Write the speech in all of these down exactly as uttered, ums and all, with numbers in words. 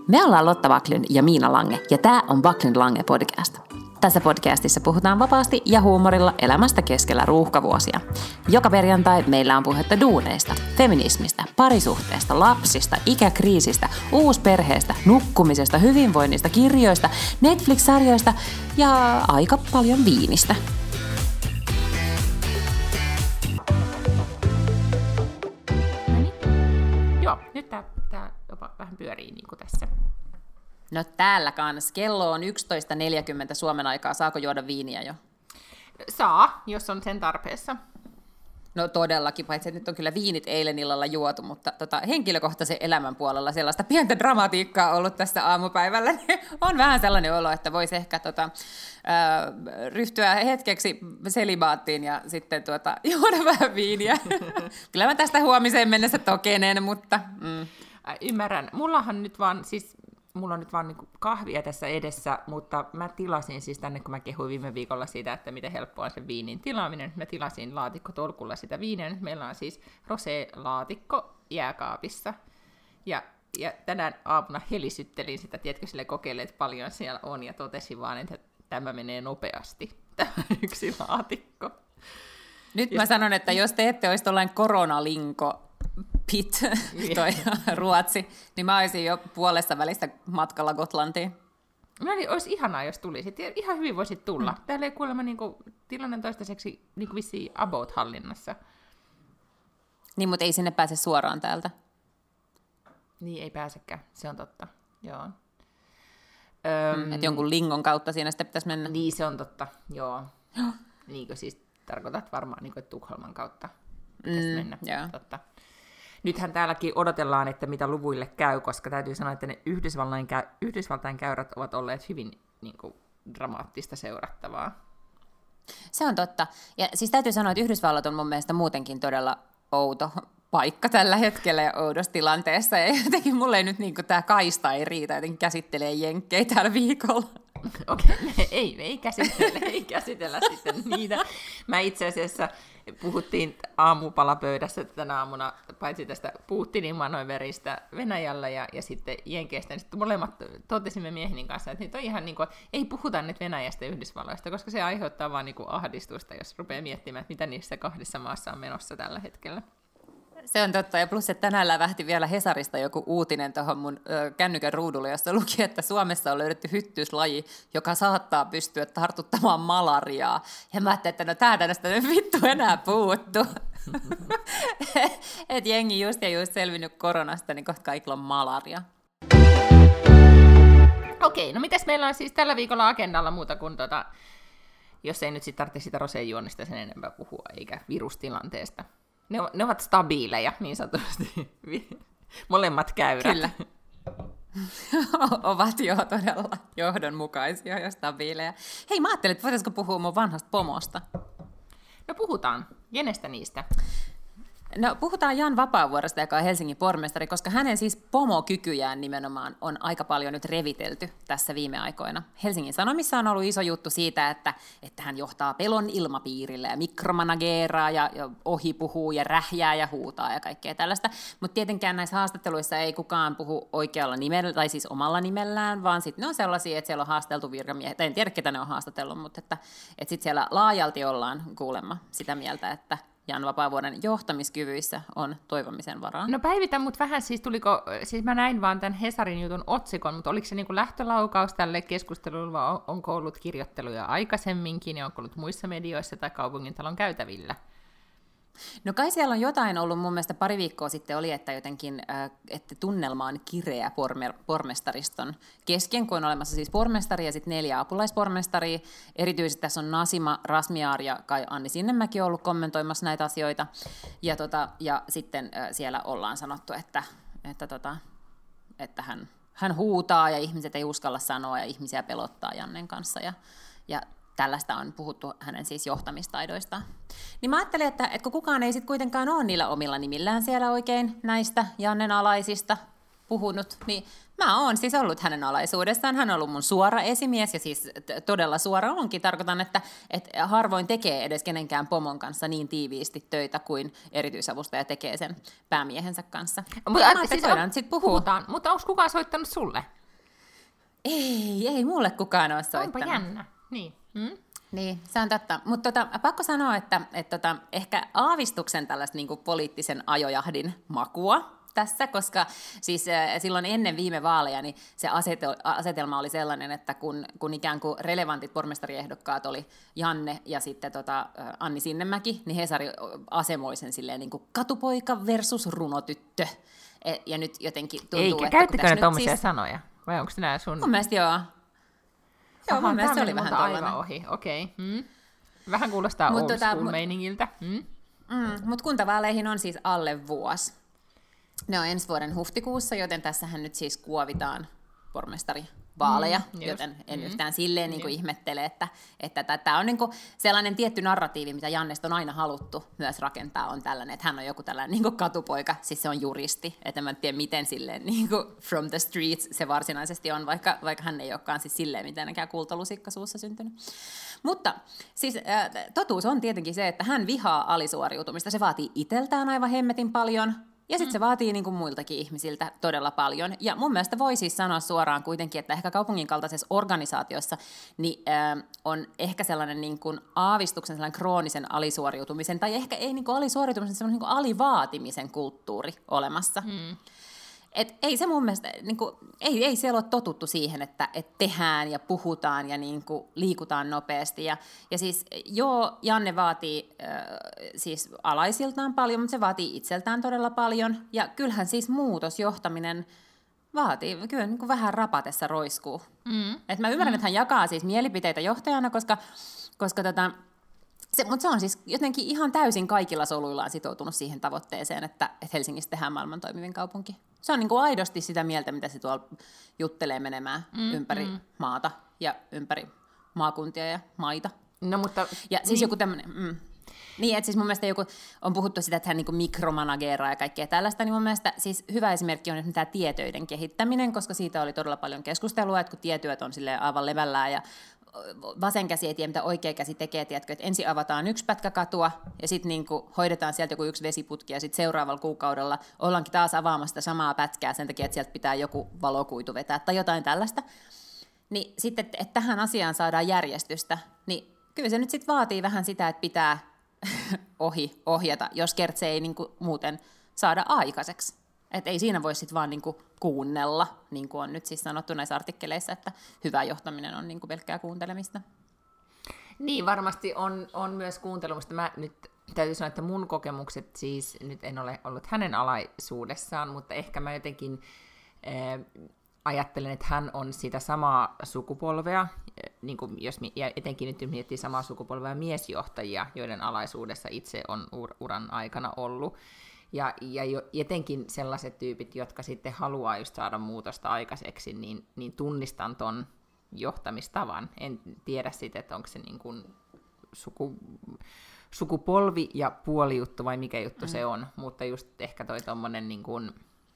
Me ollaan Lotta Wacklund ja Miina Lange, ja tää on Wacklund Lange podcast. Tässä podcastissa puhutaan vapaasti ja huumorilla elämästä keskellä ruuhkavuosia. Joka perjantai meillä on puhetta duuneista, feminismistä, parisuhteesta, lapsista, ikäkriisistä, uusperheestä, nukkumisesta, hyvinvoinnista, kirjoista, Netflix-sarjoista ja aika paljon viinistä. Joo, nyt tää, tää jopa vähän pyörii niin kuin tässä. No täällä kans. Kello on yksitoista neljäkymmentä Suomen aikaa. Saako juoda viiniä jo? Saa, jos on sen tarpeessa. No todellakin, paitsi että nyt on kyllä viinit eilen illalla juotu, mutta tota, henkilökohtaisen elämän puolella sellaista pientä dramatiikkaa ollut tässä aamupäivällä. Niin on vähän sellainen olo, että voisi ehkä tota, äh, ryhtyä hetkeksi selibaattiin ja sitten tuota, juoda vähän viiniä. Kyllä mä tästä huomiseen mennessä tokenen, mutta... Mm. Äh, ymmärrän. Mullahan nyt vaan, siis mulla on nyt vaan niinku kahvia tässä edessä, mutta mä tilasin siis tänne, kun mä kehuin viime viikolla siitä, että miten helppoa on se viinin tilaaminen. Mä tilasin laatikkotolkulla sitä viiniä. Nyt meillä on siis rosé-laatikko jääkaapissa. Ja, ja tänään aamuna helisyttelin sitä, tiedätkö, sille kokeille, että paljon siellä on, ja totesin vaan, että tämä menee nopeasti, tämä yksi laatikko. Nyt mä sanon, että jos te ette olisi tuollainen koronalinko, Pit, toi Ruotsi, niin mä olisin jo puolessa välistä matkalla Gotlantiin. No niin, olisi ihanaa, jos tulisit. Ihan hyvin voisit tulla. Mm. Täällä ei kuulemma niinku, tilanne toistaiseksi niinku vissiin about hallinnassa. Niin, mutta ei sinne pääse suoraan täältä. Niin, ei pääsekään. Se on totta. Joo. Mm, Öm, että jonkun lingon kautta siinä sitten pitäisi mennä. Niin, se on totta. Joo. Niinkö siis tarkoitat varmaan, niinku, että Tukholman kautta pitäisi mm, mennä. Yeah. Totta. Nythän täälläkin odotellaan, että mitä luvuille käy, koska täytyy sanoa, että ne Yhdysvaltain, käy, Yhdysvaltain käyrät ovat olleet hyvin niin kuin, dramaattista seurattavaa. Se on totta. Ja siis täytyy sanoa, että Yhdysvallat on mun mielestä muutenkin todella outo paikka tällä hetkellä ja oudossa tilanteessa. Ja jotenkin mulle ei nyt niin kuin, tämä kaista ei riitä, jotenkin käsittelee jenkkejä tällä viikolla. Okei, okay, ei, ei, käsitellä, ei käsitellä sitten niitä. Mä itse asiassa puhuttiin aamupalapöydässä tänä aamuna, paitsi tästä Putinin manoverista Venäjällä ja, ja sitten Jenkeistä, niin sitten molemmat totesimme miehinin kanssa, että nyt on ihan niin kuin, ei puhuta nyt Venäjästä ja Yhdysvalloista, koska se aiheuttaa vaan niin kuin ahdistusta, jos rupeaa miettimään, että mitä niissä kahdessa maassa on menossa tällä hetkellä. Se on totta, ja plus, että tänään lävähti vielä Hesarista joku uutinen tuohon mun ö, kännykän ruudulle, jossa luki, että Suomessa on löydetty hyttyyslaji, joka saattaa pystyä tartuttamaan malariaa. Ja mä ajattelin, että no tää tästä nyt vittu enää puuttu. Että jengi just ja just selvinnyt koronasta, niin kohta kaikilla on malaria. Okei, no mitäs meillä on siis tällä viikolla agendalla muuta kuin tota, jos ei nyt sitten tarvitse sitä roséjuonnista sen enempää puhua, eikä virustilanteesta. Ne, ne ovat stabiileja, niin sanotusti. Molemmat käyrät. Kyllä. Ovat jo todella johdonmukaisia ja stabiileja. Hei, mä ajattelin, että voitaisiko puhua mun vanhasta pomosta? No puhutaan. Kenestä niistä? No puhutaan Jan Vapaavuoresta, joka on Helsingin pormestari, koska hänen siis pomokykyjään nimenomaan on aika paljon nyt revitelty tässä viime aikoina. Helsingin Sanomissa on ollut iso juttu siitä, että, että hän johtaa pelon ilmapiirille ja mikromanageeraa ja, ja ohipuhuu ja rähjää ja huutaa ja kaikkea tällaista. Mutta tietenkään näissä haastatteluissa ei kukaan puhu oikealla nimellä, tai siis omalla nimellään, vaan sitten ne on sellaisia, että siellä on haasteltu virkamiehet. En tiedä, ketä ne on haastatellut, mutta että, että sitten siellä laajalti ollaan kuulemma sitä mieltä, että Jan Vapaavuoren johtamiskyvyissä on toivomisen varaa. No päivitä mut vähän, siis tuliko, siis mä näin vaan tämän Hesarin jutun otsikon, mutta oliko se niinku lähtölaukaus tälle keskustelulle, vai onko ollut kirjoitteluja aikaisemminkin, ja onko ollut muissa medioissa tai kaupungintalon käytävillä? No kai siellä on jotain ollut, mun mielestä pari viikkoa sitten oli, että jotenkin, äh, että tunnelma on kireä pormer, pormestariston kesken, kun on olemassa siis pormestari ja sitten neljä apulaispormestaria. Erityisesti tässä on Nasima Razmyar ja kai Anni Sinnemäki ollut kommentoimassa näitä asioita. Ja, tota, ja sitten äh, siellä ollaan sanottu, että, että, tota, että hän, hän huutaa ja ihmiset ei uskalla sanoa ja ihmisiä pelottaa Jannen kanssa ja, ja tällaista on puhuttu hänen siis johtamistaidoistaan. Niin mä ajattelin, että, että kun kukaan ei sitten kuitenkaan ole niillä omilla nimillään siellä oikein näistä Jannen alaisista puhunut, niin mä oon siis ollut hänen alaisuudessaan. Hän on ollut mun suora esimies, ja siis todella suora onkin. Tarkoitan, että, että harvoin tekee edes kenenkään pomon kanssa niin tiiviisti töitä kuin erityisavustaja tekee sen päämiehensä kanssa. Mutta siis voidaan sitten puhua. Puhutaan, mutta onko kukaan soittanut sulle? Ei, ei mulle kukaan ole soittanut. Onpa jännä. Niin. Hmm? Niin, se on totta. Mutta tota, pakko sanoa, että et tota, ehkä aavistuksen tällaista niinku poliittisen ajojahdin makua tässä, koska siis äh, silloin ennen viime vaaleja niin se asetel- asetelma oli sellainen, että kun, kun ikään kuin relevantit pormestariehdokkaat oli Janne ja sitten tota, äh, Anni Sinnemäki, niin Hesari asemoi sen silleen niin kuin katupoika versus runotyttö. E, ja nyt jotenkin tuntuu, eikä, että... käyttikö ne tommosia siis... sanoja? Vai onko nämä sun... Mun mielestä joo. Joo, Aha, mun mielestä se oli vähän tollainen. Aivan ohi, okei. Okay. Hmm. Vähän kuulostaa Mut old tota, school mut, meiningiltä. Hmm. Mm, mutta kuntavaaleihin on siis alle vuosi. Ne on ensi vuoden huhtikuussa, joten tässähän nyt siis kuovitaan pormestarivaaleja, mm, joten en mm. yhtään silleen niin kuin ihmettele, että että tämä on niin kuin sellainen tietty narratiivi, mitä Jannesta on aina haluttu myös rakentaa, on tällainen, että hän on joku tällainen niin kuin katupoika, siis se on juristi, että mä en tiedä miten silleen niin kuin from the streets se varsinaisesti on, vaikka, vaikka hän ei olekaan siis silleen mitenkään kultalusikka suussa syntynyt. Mutta siis äh, totuus on tietenkin se, että hän vihaa alisuoriutumista, se vaatii itseltään aivan hemmetin paljon. Ja sitten se vaatii niin kuin muiltakin ihmisiltä todella paljon. Ja mun mielestä voi siis sanoa suoraan kuitenkin, että ehkä kaupungin kaltaisessa organisaatiossa niin, äh, on ehkä sellainen niin kuin aavistuksen sellainen kroonisen alisuoriutumisen, tai ehkä ei niin kuin alisuoriutumisen, sellainen niin kuin alivaatimisen kulttuuri olemassa. Hmm. Et ei se mun mielestä, niin kuin, ei, ei siellä ole totuttu siihen, että et tehdään ja puhutaan ja niin kuin, liikutaan nopeasti. Ja, ja siis joo, Janne vaatii äh, siis alaisiltaan paljon, mutta se vaatii itseltään todella paljon. Ja kyllähän siis muutosjohtaminen vaatii, kyllä niin kuin vähän rapatessa roiskuu. Mm. Et mä ymmärrän, mm. että hän jakaa siis mielipiteitä johtajana, koska, koska tota, Se, mutta se on siis jotenkin ihan täysin kaikilla soluillaan sitoutunut siihen tavoitteeseen, että, että Helsingistä tehdään maailman toimivin kaupunki. Se on niin kuin aidosti sitä mieltä, mitä se tuolla juttelee menemään mm, ympäri mm. maata ja ympäri maakuntia ja maita. No mutta... Ja siis niin. joku tämmöinen... Mm. Niin, että siis mun mielestä joku, on puhuttu sitä, että hän niin mikromanageeraa ja kaikkea tällaista, niin mun mielestä siis hyvä esimerkki on tämä tietöiden kehittäminen, koska siitä oli todella paljon keskustelua, että kun tietyöt on silleen aivan levällään ja vasen käsi ei tiedä, mitä oikea käsi tekee, tiedätkö, että ensin avataan yksi pätkä katua ja sitten niin hoidetaan sieltä joku yksi vesiputki ja sitten seuraavalla kuukaudella ollaankin taas avaamassa sitä samaa pätkää sen takia, että sieltä pitää joku valokuitu vetää tai jotain tällaista. Niin sitten, että, että tähän asiaan saadaan järjestystä, niin kyllä se nyt sitten vaatii vähän sitä, että pitää ohi ohjata, jos kertse ei niin kuin muuten saada aikaiseksi. Että ei siinä voi sitten vaan niin kuin kuunnella, niin kuin on nyt siis sanottu näissä artikkeleissa, että hyvä johtaminen on niin kuin pelkkää kuuntelemista. Niin, varmasti on, on myös kuuntelemista. Mä nyt täytyy sanoa, että mun kokemukset siis, nyt en ole ollut hänen alaisuudessaan, mutta ehkä mä jotenkin äh, ajattelen, että hän on sitä samaa sukupolvea, niin kuin jos, ja etenkin nyt miettii samaa sukupolvea miesjohtajia, joiden alaisuudessa itse on ur, uran aikana ollut. Ja, ja jo, etenkin sellaiset tyypit, jotka sitten haluaa just saada muutosta aikaiseksi, niin, niin tunnistan ton johtamistavan. En tiedä sitten, että onko se niin kuin suku, sukupolvi- ja puolijuttu vai mikä juttu mm. se on, mutta just ehkä toi tommonen niin kuin,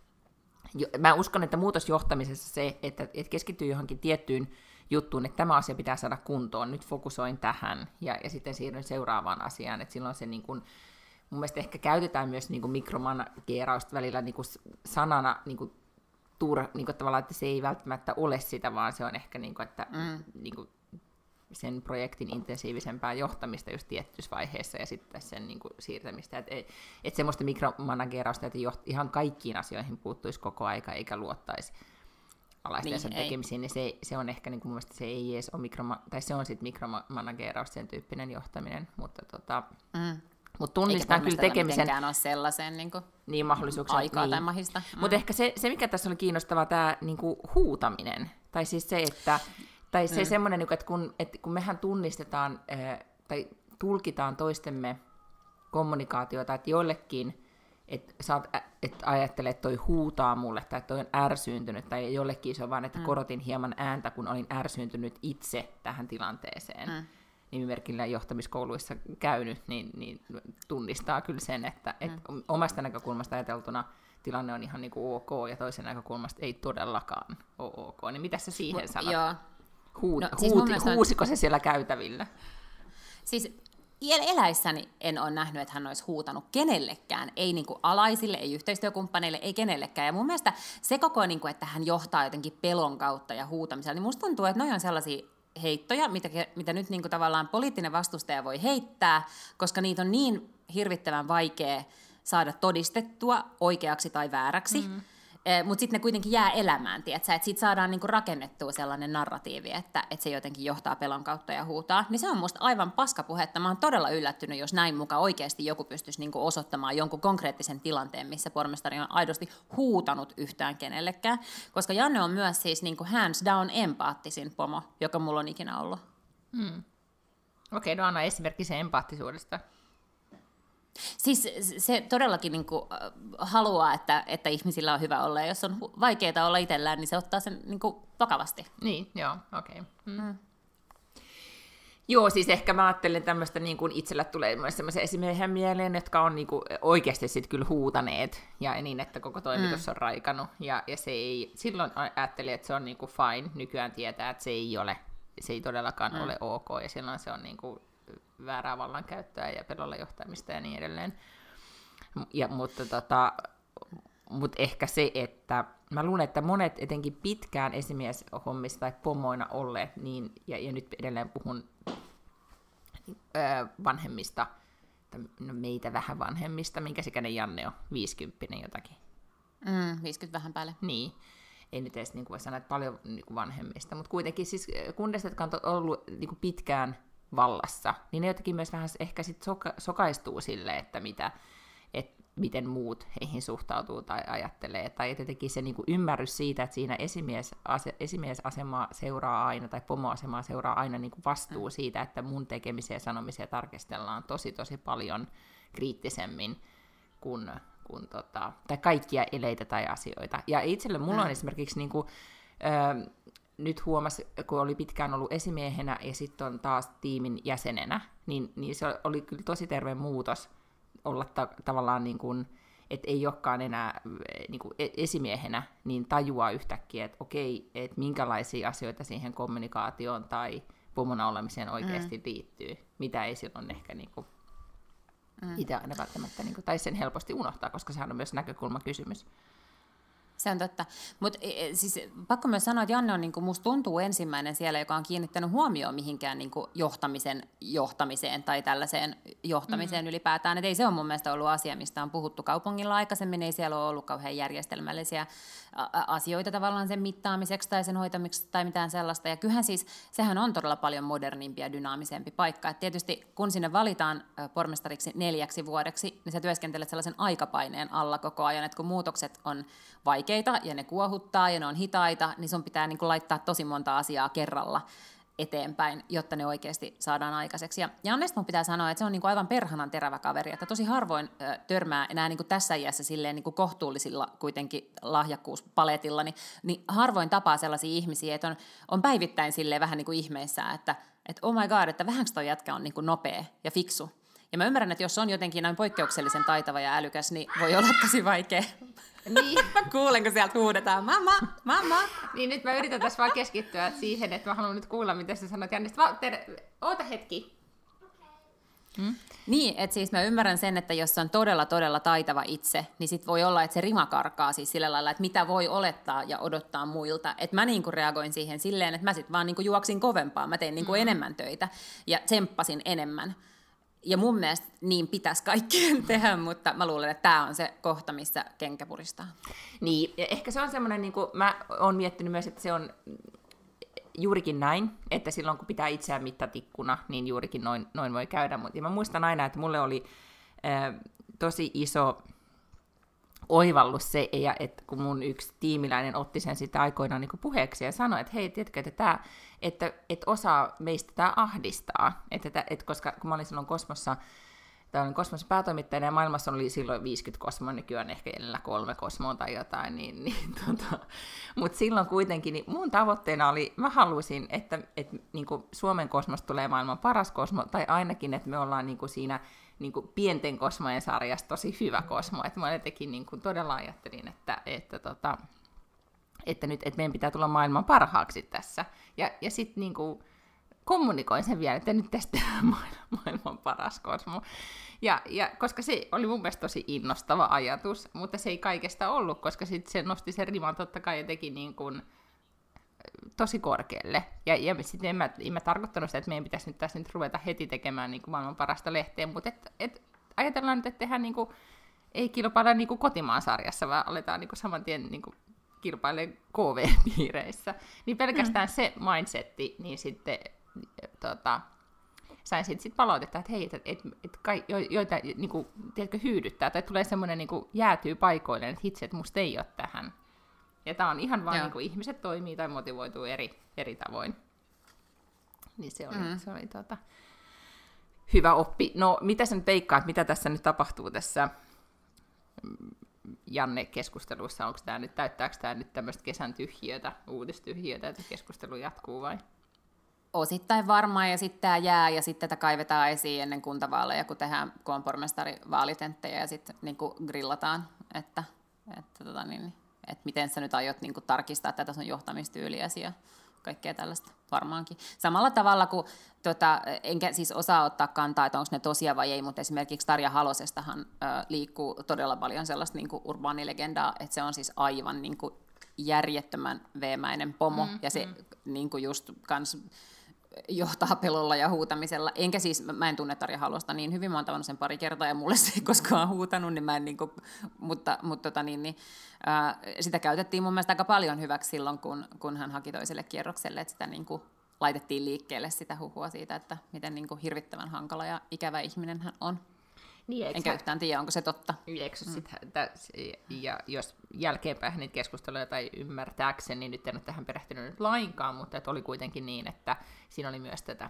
mä uskon, että muutosjohtamisessa se, että, että keskittyy johonkin tiettyyn juttuun, että tämä asia pitää saada kuntoon, nyt fokusoin tähän ja, ja sitten siirryn seuraavaan asiaan, että silloin se niin kuin, mun mielestä ehkä käytetään myös niin kuin mikromanageerausta välillä niin kuin sanana niin kuin tuura, niin kuin tavallaan, että se ei välttämättä ole sitä, vaan se on ehkä niin kuin, että mm. niin kuin sen projektin intensiivisempää johtamista just tiettyssä vaiheessa ja sitten sen niin kuin siirtämistä. Että et semmoista mikromanageerausta, että joht, ihan kaikkiin asioihin puuttuisi koko aika eikä luottaisi alaistensa niin, tekemisiin, niin se, se on ehkä niin kuin mun mielestä se ei edes ole mikroma, tai se on sitten mikromanageeraus, sen tyyppinen johtaminen, mutta tota... Mm. Mutta tunnistan kyllä tekemisen... Eikä ole sellaisen niin kuin niin, mahdollisuuksia, aikaa niin. tai mahista. Mm. Mutta ehkä se, se, mikä tässä oli kiinnostavaa, tämä niin kuin huutaminen. Tai siis se, että tai se mm. semmoinen, että kun, että kun mehän tunnistetaan äh, tai tulkitaan toistemme kommunikaatiota, että joillekin, että saat, et ajattelee, että toi huutaa mulle, tai että toi on ärsyyntynyt, tai jollekin se on vaan, että mm. korotin hieman ääntä, kun olin ärsyyntynyt itse tähän tilanteeseen. Mm. Nimimerkillä johtamiskouluissa käynyt, niin, niin tunnistaa kyllä sen, että et mm. omasta näkökulmasta ajateltuna tilanne on ihan niin kuin ok, ja toisen näkökulmasta ei todellakaan ole ok. Niin mitä sä siihen sanot? Joo. Huut, no, siis huuti, huusiko on... se siellä käytävillä? Siis eläissäni en ole nähnyt, että hän olisi huutanut kenellekään, ei niin kuin alaisille, ei yhteistyökumppaneille, ei kenellekään. Ja mun mielestä se koko, niin kuin, että hän johtaa jotenkin pelon kautta ja huutamisella, niin musta tuntuu, että noi on sellaisia heittoja, mitä, mitä nyt niin kuin tavallaan poliittinen vastustaja voi heittää, koska niitä on niin hirvittävän vaikea saada todistettua oikeaksi tai vääräksi. Mm. Mutta sitten ne kuitenkin jää elämään, tietsä? Että siitä saadaan niinku rakennettua sellainen narratiivi, että, että se jotenkin johtaa pelon kautta ja huutaa. Niin se on musta aivan paskapuhetta. Mä oon todella yllättynyt, jos näin mukaan oikeasti joku pystyisi niinku osoittamaan jonkun konkreettisen tilanteen, missä pormestari on aidosti huutanut yhtään kenellekään. Koska Janne on myös siis niinku hands down empaattisin pomo, joka mulla on ikinä ollut. Hmm. Okei, no anna esimerkki sen empaattisuudesta. Siis se todellakin niin kuin, äh, haluaa, että, että ihmisillä on hyvä olla, ja jos on vaikeaa olla itsellään, niin se ottaa sen niin kuin, vakavasti. Niin, joo, okei. Okay. Mm. Mm. Joo, siis ehkä mä ajattelen tämmöistä, niin kuin itsellä tulee myös semmoisia esimiehiä mieleen, jotka on niin kuin, oikeasti sitten kyllä huutaneet, ja niin, että koko toimitus mm. on raikannut, ja, ja se ei, silloin ajattelin, että se on niin kuin fine, nykyään tietää, että se ei ole, se ei todellakaan mm. ole ok, ja silloin se on niin kuin väärää vallankäyttöä ja pelolla johtamista ja niin edelleen. Ja, mutta, tota, mutta ehkä se, että mä luulen, että monet etenkin pitkään esimieshommissa tai pomoina olleet, niin, ja, ja nyt edelleen puhun öö, vanhemmista, no meitä vähän vanhemmista, minkä sikäinen Janne on, viisikymppinen jotakin. Mm, viisikymmentä vähän päälle. Niin. Ei nyt edes niin kuin voi sanoa, että paljon niin kuin vanhemmista, mutta kuitenkin siis kundeista, jotka on ollut niin kuin pitkään vallassa, niin ne jotenkin myös vähän ehkä sit soka- sokaistuu sille, että mitä, et, miten muut heihin suhtautuu tai ajattelee. Tai jotenkin se niinku ymmärrys siitä, että siinä esimies, ase, esimiesasemaa seuraa aina, tai pomoasemaa seuraa aina niinku vastuu siitä, että mun tekemisiä ja sanomisia tarkistellaan tosi tosi paljon kriittisemmin kuin, kuin tota, tai kaikkia eleitä tai asioita. Ja itselle mulla on mm. esimerkiksi niinku, ö, nyt huomasi, kun oli pitkään ollut esimiehenä ja sitten on taas tiimin jäsenenä, niin, niin se oli kyllä tosi terve muutos olla ta- tavallaan niin kuin, että ei olekaan enää niin kuin esimiehenä, niin tajuaa yhtäkkiä, että okei, että minkälaisia asioita siihen kommunikaatioon tai pomona olemiseen oikeasti mm. liittyy, mitä ei silloin ehkä niin kuin mm. itse aina välttämättä, niin kuin, tai sen helposti unohtaa, koska sehän on myös näkökulmakysymys. Se on totta. Mutta siis, pakko myös sanoa, että Janne on, niin kuin, musta tuntuu ensimmäinen siellä, joka on kiinnittänyt huomioon mihinkään niin kuin, johtamisen johtamiseen tai tällaiseen johtamiseen mm. ylipäätään. Et ei se ole mun mielestä ollut asia, mistä on puhuttu kaupungilla aikaisemmin. Ei siellä ole ollut kauhean järjestelmällisiä asioita tavallaan sen mittaamiseksi tai sen hoitamiseksi tai mitään sellaista. Ja kyllähän siis, sehän on todella paljon modernimpi ja dynaamisempi paikka. Et tietysti kun sinne valitaan pormestariksi neljäksi vuodeksi, niin sä työskentelet sellaisen aikapaineen alla koko ajan, että kun muutokset on vaikeita ja ne kuohuttaa ja ne on hitaita, niin sun pitää niin kuin laittaa tosi monta asiaa kerralla eteenpäin, jotta ne oikeasti saadaan aikaiseksi. Ja Jannesta mun pitää sanoa, että se on niin kuin aivan perhanan terävä kaveri, että tosi harvoin ö, törmää enää niin kuin tässä iässä silleen niin kuin kohtuullisilla kuitenkin lahjakkuuspaletilla, niin, niin harvoin tapaa sellaisia ihmisiä, että on, on päivittäin silleen vähän niin kuin ihmeissään, että, että oh my god, että vähänkö toi jätkä on niin kuin nopea ja fiksu. Ja mä ymmärrän, että jos on jotenkin näin poikkeuksellisen taitava ja älykäs, niin voi olla tosi vaikea. Niin. Mä kuulen, kun sieltä huudetaan, mamma, mamma. Niin nyt mä yritän tässä vaan keskittyä siihen, että mä haluan nyt kuulla, mitä sä sanot Jannesta. Oota hetki. Okay. Hmm? Niin, että siis mä ymmärrän sen, että jos on todella, todella taitava itse, niin sit voi olla, että se rima karkaa siis sillä lailla, että mitä voi olettaa ja odottaa muilta. Että mä niinku reagoin siihen silleen, että mä sit vaan niinku juoksin kovempaa, mä tein niinku hmm. enemmän töitä ja tsemppasin enemmän. Ja mun mielestä niin pitäisi kaikkien tehdä, mutta mä luulen, että tämä on se kohta, missä kenkä puristaa. Niin, ehkä se on semmoinen, niin kuin mä oon miettinyt myös, että se on juurikin näin, että silloin kun pitää itseään mittatikkuna, niin juurikin noin, noin voi käydä. Ja mä muistan aina, että mulle oli äh, tosi iso oivallus se, ja että kun mun yksi tiimiläinen otti sen sitä aikoinaan niin kuin puheeksi ja sanoi, että hei, tiedätkö, että, tää, että, että osa meistä tämä ahdistaa, että, että koska kun mä olin silloin Kosmossa, olin Kosmossa päätoimittajana ja maailmassa oli silloin viisikymmentä Kosmoa, nykyään ehkä edellä kolme Kosmoa tai jotain, niin, niin tota, mutta silloin kuitenkin niin mun tavoitteena oli, mä halusin, että, että niin kuin Suomen Kosmosta tulee maailman paras Kosmo, tai ainakin, että me ollaan niin kuin siinä niin kuin pienten kosmojen sarjassa tosi hyvä kosmo. Että mä jotenkin niin kuin todella ajattelin, että, että, tota, että nyt että meidän pitää tulla maailman parhaaksi tässä. Ja, ja sitten niin kuin kommunikoin sen vielä, että nyt tästä tehdään maailman paras Cosmo. Ja, ja koska se oli mun mielestä tosi innostava ajatus, mutta se ei kaikesta ollut, koska sit se nosti sen riman totta kai ja teki niin kuin tosi korkealle. Ja, ja sitten en mä, en mä tarkoittanut sitä, että meidän pitäisi nyt tässä nyt ruveta heti tekemään niin kuin maailman parasta lehteä, mutta et, et, ajatellaan nyt, että tehdään niin kuin, ei kilpailla niin kuin kotimaan sarjassa, vaan aletaan niin kuin saman tien niin kuin kilpailemaan K V-piireissä. Niin pelkästään mm. se mindsetti, niin sitten tota, sain sitten sit palautetta, että hei, että et, et kai, jo, joita niin kuin, tiedätkö, hyydyttää, tai tulee semmoinen niin kuin jäätyy paikoilleen, että hitse, että musta ei ole tähän. Ja tämä on ihan vaan, niin kuin ihmiset toimii tai motivoituu eri, eri tavoin. Niin se oli, mm. se oli tota, hyvä oppi. No, mitä sä nyt veikkaat, mitä tässä nyt tapahtuu tässä Janne-keskusteluissa? Onko tämä nyt, täyttääkö tämä nyt tämmöistä kesän tyhjiötä, uutistyhjiötä, että keskustelu jatkuu vai? Osittain varmaan, ja sitten tämä jää, ja sitten tätä kaivetaan esiin ennen kuntavaaleja, kun tehdään pormestarivaalitentteja, ja sitten niin grillataan, että, että, tota niin, että miten sä nyt aiot niin kuin tarkistaa tätä sun johtamistyyliäsi ja kaikkea tällaista varmaankin. Samalla tavalla kuin, tota, enkä siis osaa ottaa kantaa, että onko ne tosia vai ei, mutta esimerkiksi Tarja Halosestahan ö, liikkuu todella paljon sellaista niin kuin urbaanilegendaa, että se on siis aivan niin kuin järjettömän veemäinen pomo, mm, ja se mm. niin kuin just kans johtaa pelolla ja huutamisella. Enkä siis, mä en tunne Tarja Halosta niin hyvin, mä oon tavannut sen pari kertaa, ja mulle se ei koskaan huutanut, niin mä en niin kuin, mutta, mutta tota niin, niin, ää, sitä käytettiin mun mielestä aika paljon hyväksi silloin, kun, kun hän haki toiselle kierrokselle, että sitä niin kuin laitettiin liikkeelle sitä huhua siitä, että miten niin kuin hirvittävän hankala ja ikävä ihminen hän on. Niin, enkä hän... yhtään tiedä, onko se totta. Eikö mm. sit, täs, ja jos jälkeenpäin niitä keskusteluja tai ymmärtääkseni, niin nyt en ole tähän perehtynyt nyt lainkaan, mutta että oli kuitenkin niin, että siinä oli myös tätä,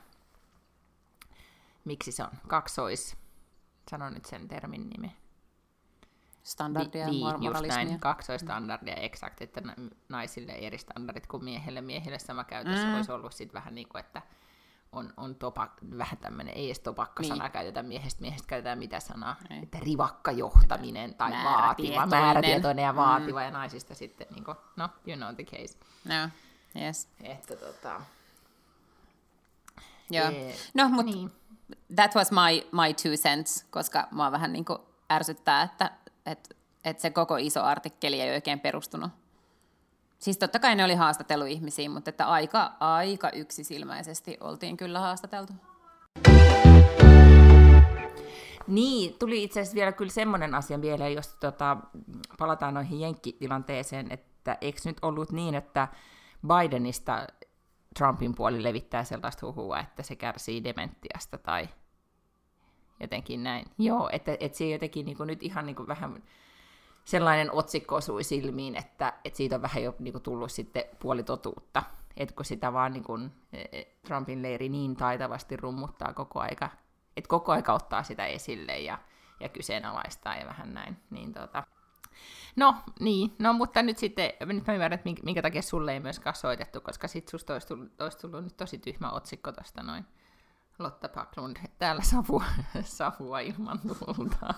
miksi se on, kaksois, sanon nyt sen termin nimi. Standardia, Vi, moralismia. Just näin, kaksoistandardia, exakt, että naisille eri standardit kuin miehille. Miehille sama käytössä mm. olisi ollut sitten vähän niin kuin, että on, on topa, vähän tämmöinen, ei edes topakka-sana niin. Käytetään miehestä, miehestä käytetään mitä sanaa, ei. Että rivakka johtaminen tai vaativa, määrätietoinen ja vaativa, mm. ja naisista sitten, niin kuin, no, you know the case. No, yes. Että tota... Joo, ee, no, mutta niin. That was my, my two cents, koska mua vähän niin kuin ärsyttää, että et, et se koko iso artikkeli ei oikein perustunut. Siis totta kai ne oli haastatellut ihmisiä, mutta että aika, aika yksisilmäisesti oltiin kyllä haastateltu. Niin, tuli itse asiassa vielä kyllä semmoinen asia vielä, jos tota, palataan noihin jenkkitilanteeseen, että eikö nyt ollut niin, että Bidenista Trumpin puoli levittää sellaista huhua, että se kärsii dementiasta tai jotenkin näin. Joo, että, että se jotenkin niin kuin nyt ihan niin kuin vähän... sellainen otsikko osui silmiin, että, että siitä on vähän jo niin kuin, tullut sitten puolitotuutta. Että kun sitä vaan niin kuin, Trumpin leiri niin taitavasti rummuttaa koko aika, että koko aika ottaa sitä esille ja, ja kyseenalaistaa ja vähän näin. Niin, tota. No niin, no mutta nyt sitten, nyt mä ymmärrän, että minkä, minkä takia sulle ei myöskään soitettu, koska sit susta olisi tullut, olisi tullut nyt tosi tyhmä otsikko tosta noin. Lotta Backlund, täällä savua, savua ilman tulta.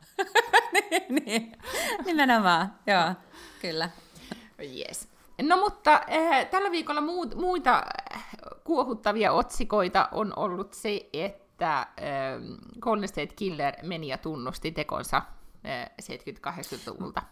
niin, niin, nimenomaan, joo, kyllä. Yes. No mutta äh, tällä viikolla muut, muita kuohuttavia otsikoita on ollut se, että äh, Golden State Killer meni ja tunnusti tekonsa äh, seitsemänkymmentä-kahdeksankymmentäluvulta.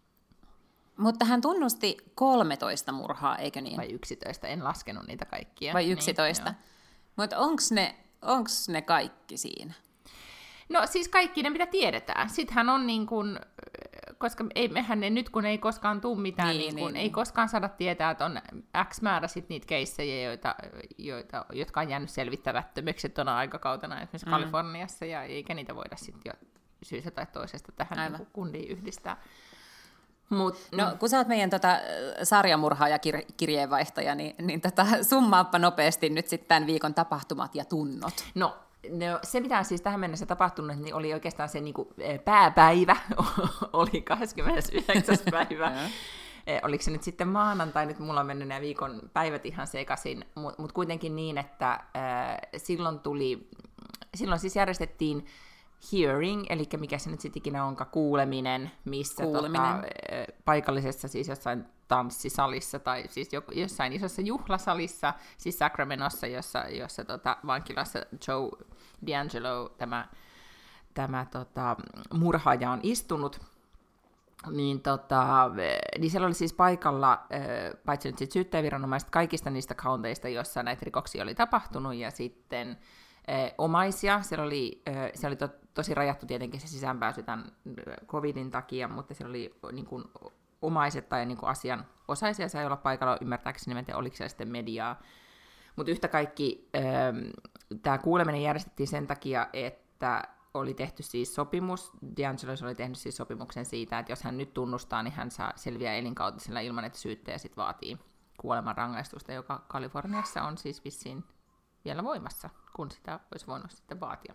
Mutta hän tunnusti kolmetoista murhaa, eikö niin? Vai yksitoista, en laskenut niitä kaikkia. Vai yksitoista. Niin, mutta onko ne, onks ne kaikki siinä? No siis kaikki ne, mitä tiedetään. Sittenhän on niin kuin, koska ei, mehän ne nyt kun ei koskaan tule mitään, niin, niin, niin, ei niin. koskaan saada tietää, että on X määrä sit niitä keissejä, joita, joita, jotka on jäänyt selvittämättömiksi tuona aikakautena esimerkiksi mm. Kaliforniassa, ja eikä niitä voida sitten jo syystä tai toisesta tähän niin kundiin yhdistää. Mut, no, kun sä oot meidän tota, sarjamurhaaja kir- kirjeenvaihtaja, niin, niin tota, summaappa nopeasti nyt sitten tämän viikon tapahtumat ja tunnot. No, no se mitä on siis tähän mennessä tapahtunut, niin oli oikeastaan se niin kuin, pääpäivä, oli kahdeskymmenesyhdeksäs päivä. Oliko se nyt sitten maanantai, nyt mulla on mennyt nämä viikon päivät ihan sekaisin, mutta mut kuitenkin niin, että äh, silloin tuli, silloin siis järjestettiin hearing, eli mikä se nyt sitten ikinä onkaan, kuuleminen, missä kuuleminen. Tota, paikallisessa siis jossain tanssisalissa tai siis jossain isossa juhlasalissa, siis Sacramentossa, jossa, jossa tota, vankilassa Joe DeAngelo, tämä, tämä tota, murhaaja on istunut, niin, tota, niin siellä oli siis paikalla, paitsi nyt sit syyttäjäviranomaiset kaikista niistä counteista, joissa näitä rikoksia oli tapahtunut, ja sitten omaisia. Siellä oli, siellä oli to, tosi rajattu tietenkin se sisäänpääsy tämän covidin takia, mutta siellä oli niin kuin, omaiset tai niin kuin asianosaisia sai olla paikalla, ymmärtääkseni, en tiedä, oliko siellä sitten mediaa. Mutta yhtä kaikki tämä kuuleminen järjestettiin sen takia, että oli tehty siis sopimus, DeAngelo oli tehnyt siis sopimuksen siitä, että jos hän nyt tunnustaa, niin hän saa selviää elinkautisella ilman, että syyttäjä sit vaatii kuoleman rangaistusta, joka Kaliforniassa on siis vissiin vielä voimassa, kun sitä olisi voinut sitten vaatia.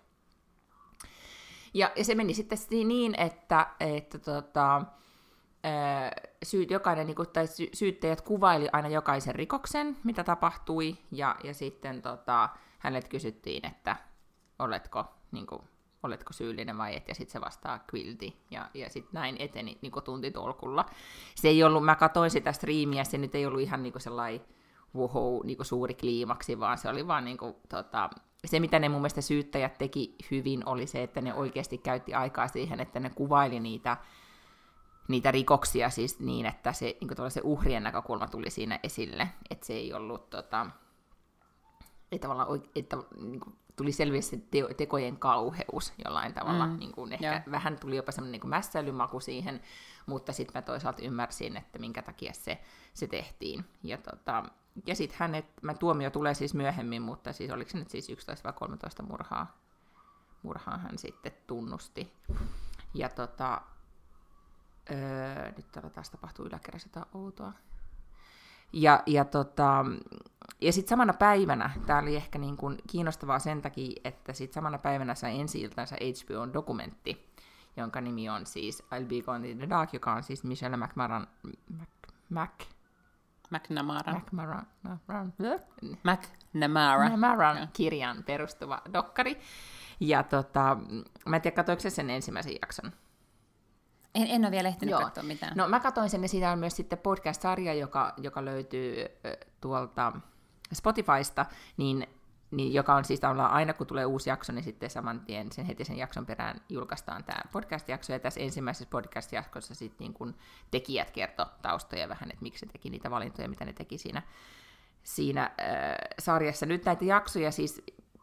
Ja, ja se meni sitten niin, että, että tota, syyt, jokainen, niin kuin, tai syyttäjät kuvaili aina jokaisen rikoksen, mitä tapahtui, ja, ja sitten tota, häneltä kysyttiin, että oletko, niin kuin, oletko syyllinen vai et, ja sitten se vastaa guilty, ja, ja sitten näin eteni niin kuin tuntitolkulla. Se ei ollut, mä katsoin sitä striimiä, se nyt ei ollut ihan niin kuin sellainen wow, niin kuin suuri kliimaksi, vaan se oli vaan niin kuin, tota, se, mitä ne mun mielestä syyttäjät teki hyvin, oli se, että ne oikeasti käytti aikaa siihen, että ne kuvaili niitä, niitä rikoksia siis niin, että se, niin kuin se uhrien näkökulma tuli siinä esille, että se ei ollut, tota, ei tavallaan, että niin kuin, tuli selvästi te- tekojen kauheus jollain tavalla, mm, niin kuin ehkä yeah. vähän tuli jopa semmoinen niin mässäilymaku siihen, mutta sitten mä toisaalta ymmärsin, että minkä takia se, se tehtiin. Ja, tota, ja sitten hänet, mä tuomio tulee siis myöhemmin, mutta siis oliko se nyt siis yksitoista vai kolmetoista murhaa, murhaa hän sitten tunnusti. Ja tota, öö, nyt täällä taas tapahtuu yläkerrassa jotain outoa. Ja, ja, tota, ja sitten samana päivänä, tämä oli ehkä niin kuin kiinnostavaa sen takia, että sitten samana päivänä sai ensi-iltansa H B O-dokumentti, jonka nimi on siis I'll Be Gone in the Dark, joka on siis Michelle McMahon, Mac, Mac, McNamara. McMahon, McNamara. McNamara kirjan perustuva dokkari. Ja tota, mä en tiedä, katsoinko se sen ensimmäisen jakson? En, en ole vielä ehtinyt Joo. katsoa mitään. No mä katsoin sen, ja siinä on myös sitten podcast-sarja, joka, joka löytyy äh, tuolta Spotifysta, niin, niin, joka on siis tavallaan aina, kun tulee uusi jakso, niin sitten saman tien sen heti sen jakson perään julkaistaan tämä podcast-jakso, ja tässä ensimmäisessä podcast-jaksossa sitten niin kun tekijät kertoi taustoja vähän, että miksi se teki niitä valintoja, mitä ne teki siinä, siinä äh, sarjassa. Nyt näitä jaksoja siis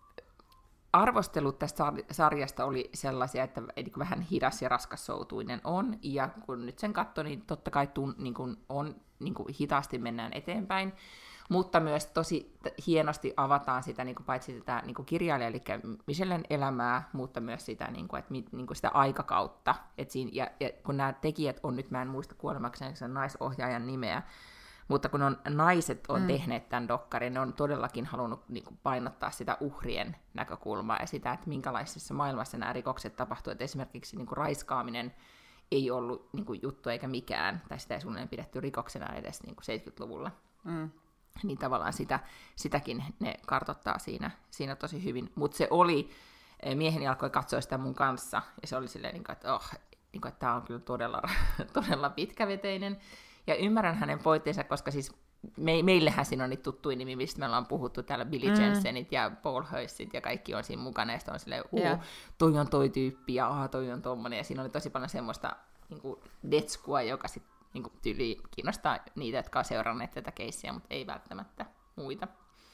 arvostelut tästä sarjasta oli sellaisia, että vähän hidas ja raskassoutuinen on, ja kun nyt sen katsoi, niin totta kai tun, niin kun on, niin kun hitaasti mennään eteenpäin, mutta myös tosi hienosti avataan sitä, niin kun paitsi sitä niin kirjailijaa, eli Michellen elämää, mutta myös sitä, niin kun, että, niin kun sitä aikakautta. Et siinä, ja, ja kun nämä tekijät on nyt, mä en muista kuolemakseni sen naisohjaajan nimeä, mutta kun on, naiset on mm. tehneet tämän dokkarin, ne on todellakin halunnut niin kuin, painottaa sitä uhrien näkökulmaa ja sitä, että minkälaisessa maailmassa nämä rikokset tapahtuu. Että esimerkiksi niin kuin, raiskaaminen ei ollut niin kuin, juttu eikä mikään, tai sitä ei suunnilleen pidetty rikoksena edes niin kuin seitsemänkymmentäluvulla. Mm. Niin tavallaan sitä, sitäkin ne kartoittaa siinä, siinä tosi hyvin. Mutta se oli, mieheni alkoi katsoa sitä mun kanssa, ja se oli silleen, niin kuin, että, oh, niin kuin, että tämä on kyllä todella, todella pitkäveteinen. Ja ymmärrän hänen pointtinsa, koska siis me, meillähän siinä on niitä tuttuja nimi, mistä me ollaan puhuttu täällä, Billy mm. Jensenit ja Paul Hursit ja kaikki on siinä mukana, ja sitten on silleen, uu, yeah. toi on toi tyyppi, ja aha, toi on tommonen, ja siinä oli tosi paljon semmoista niin kuin detskua, joka sitten niin kuin tyyli kiinnostaa niitä, jotka on seuranneet tätä keissiä, mutta ei välttämättä muita.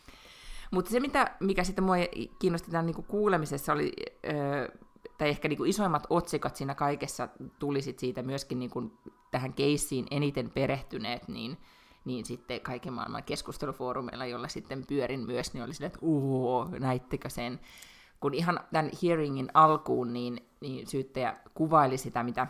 Mutta se, mitä, mikä sitten mua kiinnosti tämän niin kuin kuulemisessa, oli, öö, tai ehkä niin kuin isoimmat otsikot siinä kaikessa tuli sit siitä myöskin niin kuin tähän keissiin eniten perehtyneet, niin, niin sitten kaiken maailman keskustelufoorumeilla, jolla sitten pyörin myös, niin oli silleen, että uuu, näittekö sen? Kun ihan tämän hearingin alkuun, niin, niin syyttäjä kuvaili sitä, mitä,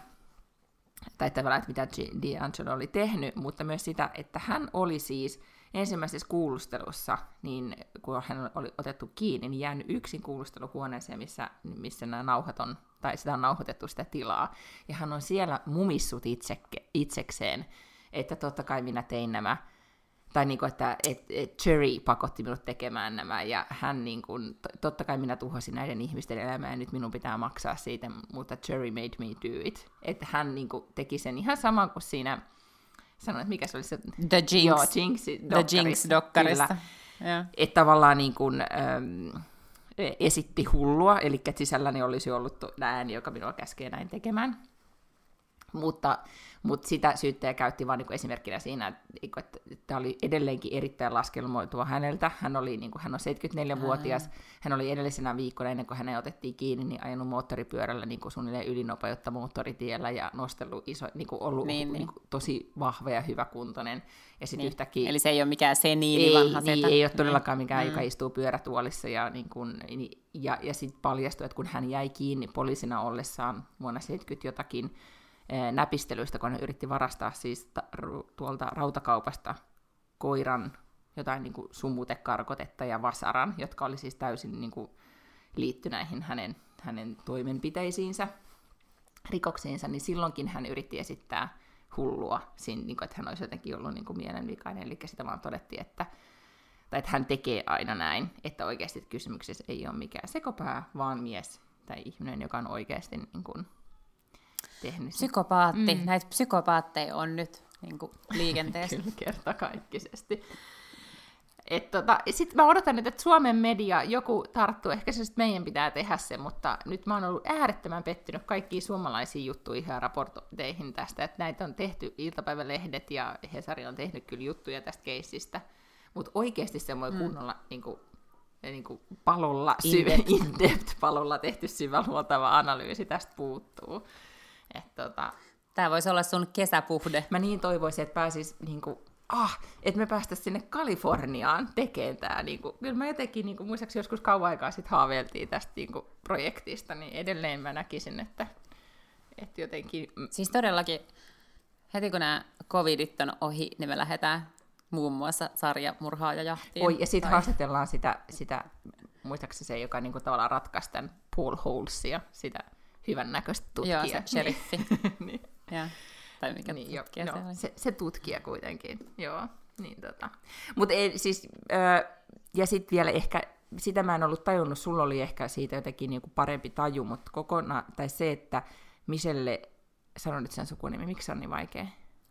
tai tavallaan, että mitä DeAngelo oli tehnyt, mutta myös sitä, että hän oli siis ensimmäisessä kuulustelussa, niin kun hän oli otettu kiinni, niin jäänyt yksin kuulusteluhuoneeseen, missä, missä nämä nauhat on, tai sitä on nauhoitettu sitä tilaa. Ja hän on siellä mumissut itse, itsekseen, että totta kai minä tein nämä, tai niin kuin, että et, et Cherry pakotti minut tekemään nämä, ja hän niin kuin, totta kai minä tuhosin näiden ihmisten elämää, ja nyt minun pitää maksaa siitä, mutta Cherry made me do it. Että hän niin kuin, teki sen ihan saman kuin siinä, sanoin, että mikä se oli se... The Jinx, joo, Jinx The Jinx-dokkarissa. Yeah. Että tavallaan niin kuin, ähm, esitti hullua, eli että sisälläni olisi ollut ääni, joka minua käskee näin tekemään. Mutta, mutta sitä syyttäjä käytti vain niin esimerkkinä siinä, että, että tämä oli edelleenkin erittäin laskelmoitua häneltä. Hän, oli, niin kuin, hän on seitsemänkymmentäneljä-vuotias, mm. hän oli edellisenä viikkona, ennen kuin hänen otettiin kiinni, niin ajanut moottoripyörällä niin kuin suunnilleen ylinopeutta moottoritiellä ja nostellut iso, niin kuin ollut niin, niin. Kuin, tosi vahva ja hyväkuntoinen. Ja sit niin. yhtäkkiä, eli se ei ole mikään seniili ei, vanha niin, setä. Ei ole todellakaan mikään, mm. joka istuu pyörätuolissa. Ja, niin kuin, ja, ja sitten paljastui, että kun hän jäi kiinni poliisina ollessaan vuonna seitsemänkymmentä jotakin, näpistelyistä, kun hän yritti varastaa siis ta- tuolta rautakaupasta koiran jotain niin kuin sumutekarkotetta ja vasaran, jotka oli siis täysin niin kuin liitty näihin hänen, hänen toimenpiteisiinsä, rikoksiinsa, niin silloinkin hän yritti esittää hullua, siinä, niin kuin, että hän olisi jotenkin ollut niin kuin mielenvikainen, eli sitä vaan todettiin, että, tai että hän tekee aina näin, että oikeasti kysymyksessä ei ole mikään sekopää, vaan mies tai ihminen, joka on oikeasti niin kuin tehnyt. Psykopaatti. Mm. Näitä psykopaatteja on nyt niin kuin liikenteessä. Kyllä, kertakaikkisesti. Tota, sitten mä odotan, että Suomen media joku tarttuu, ehkä se meidän pitää tehdä se, mutta nyt mä oon ollut äärettömän pettynyt kaikkiin suomalaisiin juttuihin ja raportointeihin tästä, että näitä on tehty iltapäivälehdet ja Hesari on tehnyt kyllä juttuja tästä keissistä, mutta oikeasti se voi mm. kunnolla niin kuin, niin kuin palolla, in-depth. in-depth palolla tehty syväluotava analyysi tästä puuttuu. Tota, tämä voisi olla sun kesäpuhde. Mä niin toivoisin, että pääsis niinku, ah, että me päästäisiin sinne Kaliforniaan tekemään tämä. Niinku, kyllä mä jotenkin, niinku, muistaakseni joskus kauan aikaa sitten haaveiltiin tästä niinku, projektista, niin edelleen mä näkisin, että, että jotenkin... Siis todellakin, heti kun nämä covidit on ohi, niin me lähdetään muun muassa sarjamurhaajajahtiin. Oi, ja sitten haastatellaan sitä, sitä muistaakseni se, joka niinku, tavallaan ratkaisi tämän Paul Holesia, sitä hyvännäköistä tutkijaa. Joo, se sheriffi. niin. Ja, tai mikä niin, tutkija jo, se no, oli. Se, se tutkija kuitenkin, joo. Niin, tota. Mut ei, siis, äh, ja sitten vielä ehkä, sitä mä en ollut tajunnut, sulla oli ehkä siitä jotenkin niinku parempi taju, mutta kokonaan, tai se, että Michelle, sano nyt sen sukunimi, miksi se on niin vaikea?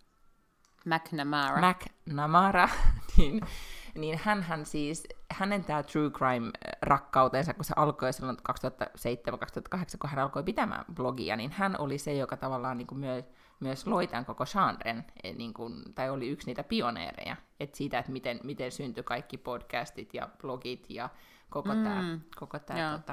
McNamara. McNamara, niin, niin hänhän siis, hänen tämä true crime-rakkautensa, kun se alkoi silloin kaksituhattaseitsemän kaksituhattakahdeksan, kun hän alkoi pitämään blogia, niin hän oli se, joka tavallaan niin kuin myös, myös loi tämän koko genren, niin kuin, tai oli yksi niitä pioneereja, että siitä, että miten, miten syntyi kaikki podcastit ja blogit ja koko mm. tämä, koko tämä tota,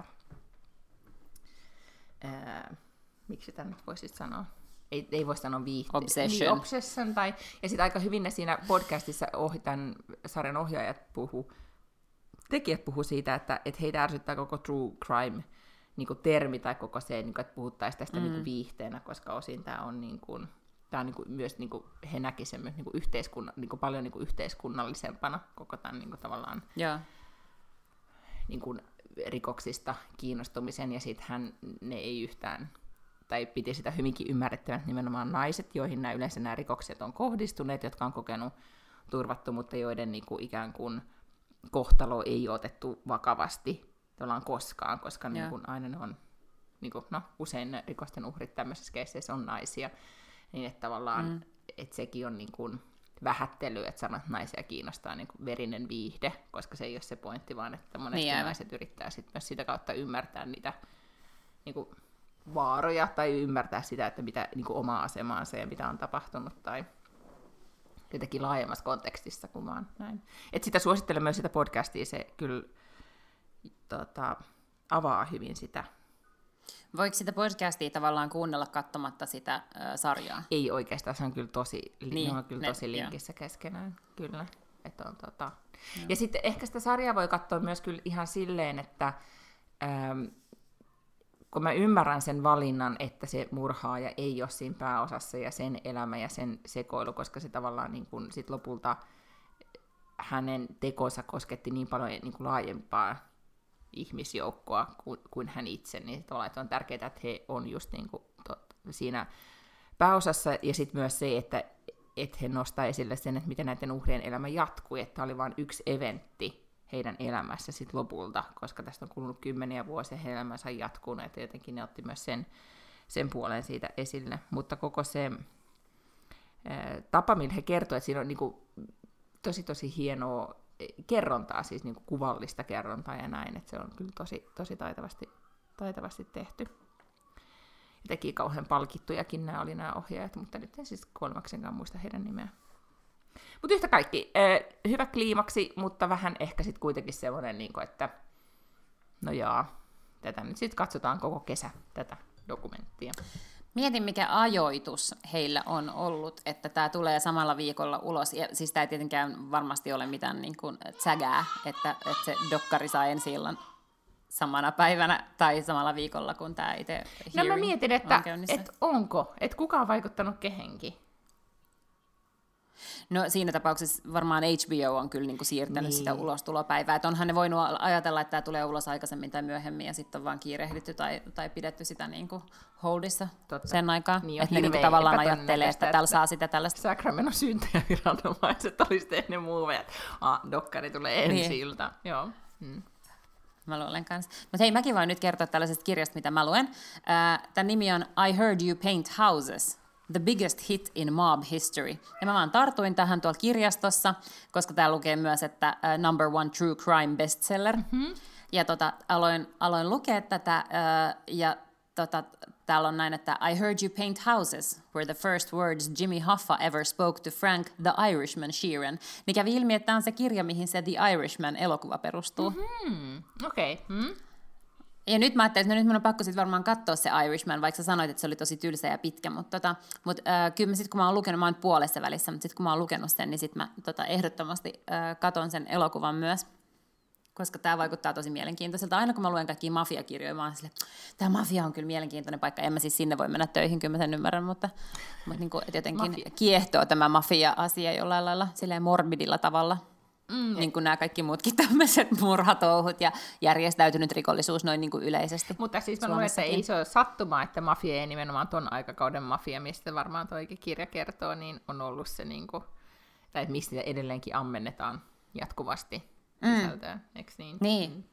ää, miksi tämän nyt voisit sanoa? Ei, ei voi sanoa viihde. Obsession. Niin, obsession tai, ja sitten aika hyvin ne siinä podcastissa ohi, tämän sarjan ohjaajat puhu, tekijät puhu siitä, että, että heitä ärsyttää koko true crime niin kuin termi tai koko se, niin kuin, että puhuttaisiin tästä mm. niin kuin viihteenä, koska osin tämä on, niin kuin, tämä on niin kuin, myös, niin kuin, he näkivät sen myös niin kuin yhteiskunna, niin kuin paljon niin kuin yhteiskunnallisempana koko tämän niin kuin, tavallaan yeah. niin kuin, rikoksista kiinnostumisen, ja sittenhän ne ei yhtään, tai piti sitä hyvinkin ymmärrettävän, että nimenomaan naiset, joihin nämä yleensä nämä rikokset on kohdistuneet, jotka on kokenut turvattomuutta, joiden niin kuin, ikään kuin kohtalo ei ole otettu vakavasti tavallaan koskaan, koska niin kuin, aina ne on, niin kuin, no, usein ne rikosten uhrit tämmöisessä keisseissä on naisia, niin että tavallaan, mm. että sekin on niin kuin vähättely, että sanot, että naisia kiinnostaa niin kuin verinen viihde, koska se ei ole se pointti, vaan että monesti niin naiset yrittää sit myös sitä kautta ymmärtää niitä niin kuin vaaroja tai ymmärtää sitä, että mitä niin kuin omaa asemaansa ja mitä on tapahtunut tai jotenkin laajemmassa kontekstissa kuin vaan näin. Et sitä suosittelen myös sitä podcastia, se kyllä tota, avaa hyvin sitä. Voiko sitä podcastia tavallaan kuunnella katsomatta sitä äh, sarjaa? Ei oikeastaan, se on kyllä tosi, niin, ne on kyllä ne, tosi linkissä joo. keskenään, kyllä. Että on, tota. Ja sitten ehkä sitä sarjaa voi katsoa myös kyllä ihan silleen, että ähm, kun mä ymmärrän sen valinnan, että se murhaaja ei ole siinä pääosassa ja sen elämä ja sen sekoilu, koska se tavallaan niin kun sit lopulta hänen tekonsa kosketti niin paljon niin kuin laajempaa ihmisjoukkoa kuin, kuin hän itse, niin että on tärkeää, että he on just niin kuin to, siinä pääosassa, ja sitten myös se, että että he nostaa esille sen, että miten näiden uhrien elämä jatkui, että oli vain yksi eventti heidän elämässä sit lopulta, koska tästä on kulunut kymmeniä vuosia, heidän elämänsä on jatkunut, ja jotenkin ne otti myös sen, sen puolen siitä esille. Mutta koko se ää, tapa, millä he kertovat, että siinä on niin kuin, tosi tosi hienoa kerrontaa, siis niin kuin kuvallista kerrontaa ja näin, että se on kyllä tosi, tosi taitavasti, taitavasti tehty. Ja teki kauhean palkittujakin nämä oli nämä ohjaajat, mutta nyt en siis kolmaksenkaan muista heidän nimeä. Mutta yhtä kaikki, äh, hyvä kliimaksi, mutta vähän ehkä sitten kuitenkin semmoinen, niin että no jaa, tätä nyt sitten katsotaan koko kesä, tätä dokumenttia. Mietin, mikä ajoitus heillä on ollut, että tämä tulee samalla viikolla ulos. Ja siis tämä ei tietenkään varmasti ole mitään niin kuin tsägää, että, että se dokkari saa ensi illan samana päivänä tai samalla viikolla, kun tämä itse No mä mietin, että et onko, että kuka on vaikuttanut kehenkin? No siinä tapauksessa varmaan H B O on kyllä niin kuin siirtänyt niin. sitä ulostulopäivää, että onhan ne voinut ajatella, että tämä tulee ulos aikaisemmin tai myöhemmin ja sitten on vaan kiirehditty tai, tai pidetty sitä niin kuin holdissa Totta. sen aikaa, niin että ne niin kuin tavallaan ajattelee, että täällä saa sitä tällaista. Sacramento syyttäjäviranomaiset olisi tehnyt muuveja, että ah, dokkari tulee ensi niin. ilta. Joo. Hmm. Mä luulen kanssa. Mutta hei, mäkin voin nyt kertoa tällaisesta kirjasta, mitä mä luen. Tämän nimi on I Heard You Paint Houses. The biggest hit in mob history. Ja mä vaan tartuin tähän tuolla kirjastossa, koska tää lukee myös, että uh, number one true crime bestseller. Mm-hmm. Ja tota, aloin, aloin lukea tätä, uh, ja tota, täällä on näin, että I heard you paint houses, were the first words Jimmy Hoffa ever spoke to Frank the Irishman Sheeran. Niin kävi ilmi, että tämä on se kirja, mihin se The Irishman-elokuva perustuu. Mm-hmm. Okei. Okay. Mm-hmm. Ja nyt mä ajattelin, että no nyt mun on pakko sit varmaan katsoa se Irishman, vaikka sä sanoit, että se oli tosi tylsä ja pitkä, mutta tota, mut, äh, kyllä sit kun mä oon lukenut, mä oon puolessa välissä, mutta sitten kun mä oon lukenut sen, niin sit mä tota, ehdottomasti äh, katon sen elokuvan myös, koska tää vaikuttaa tosi mielenkiintoiselta. Aina kun mä luen kaikkia mafiakirjoja, mä oon silleen, tää mafia on kyllä mielenkiintoinen paikka, en mä siis sinne voi mennä töihin, kyllä mä sen ymmärrän, mutta, mutta niin kuin, että jotenkin mafia. Kiehtoo tämä mafia-asia jollain lailla silleen morbidilla tavalla. Mm. Niin kuin nämä kaikki muutkin tämmöiset murhatouhut ja järjestäytynyt rikollisuus noin niin kuin yleisesti. Mutta siis mä luulen, että ei se ole sattumaa, että mafia ei nimenomaan ton aikakauden mafia, mistä varmaan toikin kirja kertoo, niin on ollut se, niin kuin, tai että mistä edelleenkin ammennetaan jatkuvasti sisältöä, mm. eikö niin? Niin. Mm.